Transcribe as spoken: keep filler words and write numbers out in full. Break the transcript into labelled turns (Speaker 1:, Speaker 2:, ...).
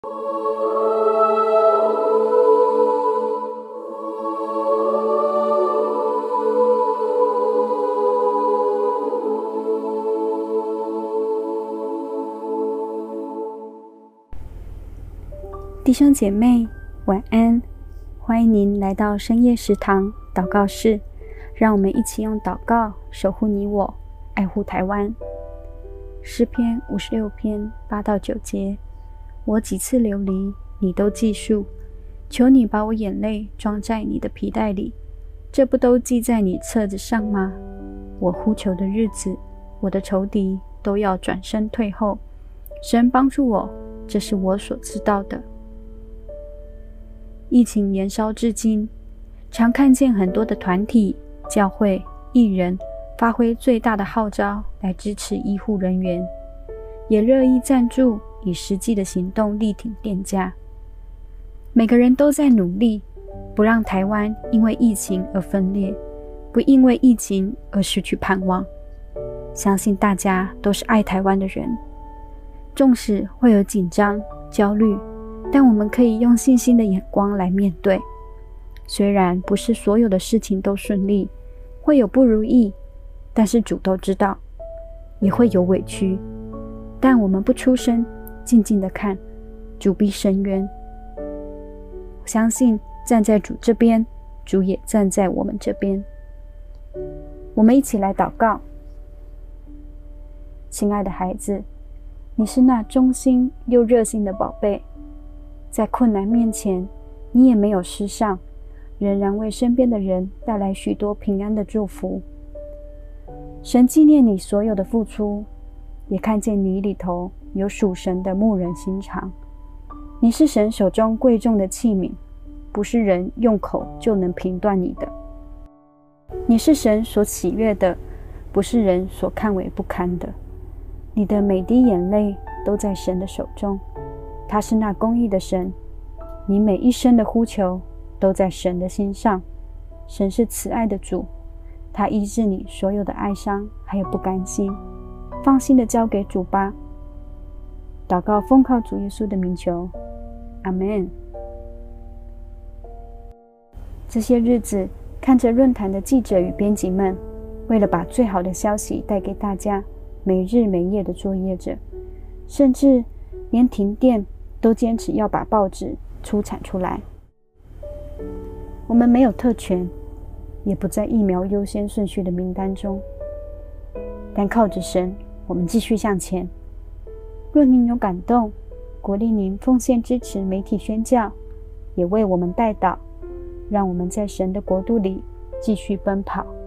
Speaker 1: 弟兄姐妹，晚安！欢迎您来到深夜食堂祷告室，让我们一起用祷告守护你我，爱护台湾。诗篇五十六篇八到九节，我几次流离，你都记述，求你把我眼泪装在你的皮带里，这不都记在你册子上吗？我呼求的日子，我的仇敌都要转身退后。神帮助我，这是我所知道的。疫情延烧至今，常看见很多的团体、教会、艺人发挥最大的号召来支持医护人员，也乐意赞助，以实际的行动力挺店家。每个人都在努力，不让台湾因为疫情而分裂，不因为疫情而失去盼望。相信大家都是爱台湾的人，纵使会有紧张、焦虑，但我们可以用信心的眼光来面对。虽然不是所有的事情都顺利，会有不如意，但是主都知道，也会有委屈，但我们不出声，静静的看，主必伸冤。我相信站在主这边，主也站在我们这边。我们一起来祷告。亲爱的孩子，你是那忠心又热心的宝贝，在困难面前，你也没有失丧，仍然为身边的人带来许多平安的祝福。神纪念你所有的付出，也看见你里头有属神的牧人心肠。你是神手中贵重的器皿，不是人用口就能评断你的。你是神所喜悦的，不是人所看为不堪的。你的每滴眼泪都在神的手中，他是那公义的神，你每一声的呼求都在神的心上。神是慈爱的主，他医治你所有的哀伤还有不甘心，放心的交给主吧。祷告奉靠主耶稣的名求，阿们。这些日子看着论坛的记者与编辑们，为了把最好的消息带给大家，没日没夜的作业着，甚至连停电都坚持要把报纸出产出来。我们没有特权，也不在疫苗优先顺序的名单中，但靠着神，我们继续向前。若您有感动，鼓励您奉献支持媒体宣教，也为我们代祷，让我们在神的国度里继续奔跑。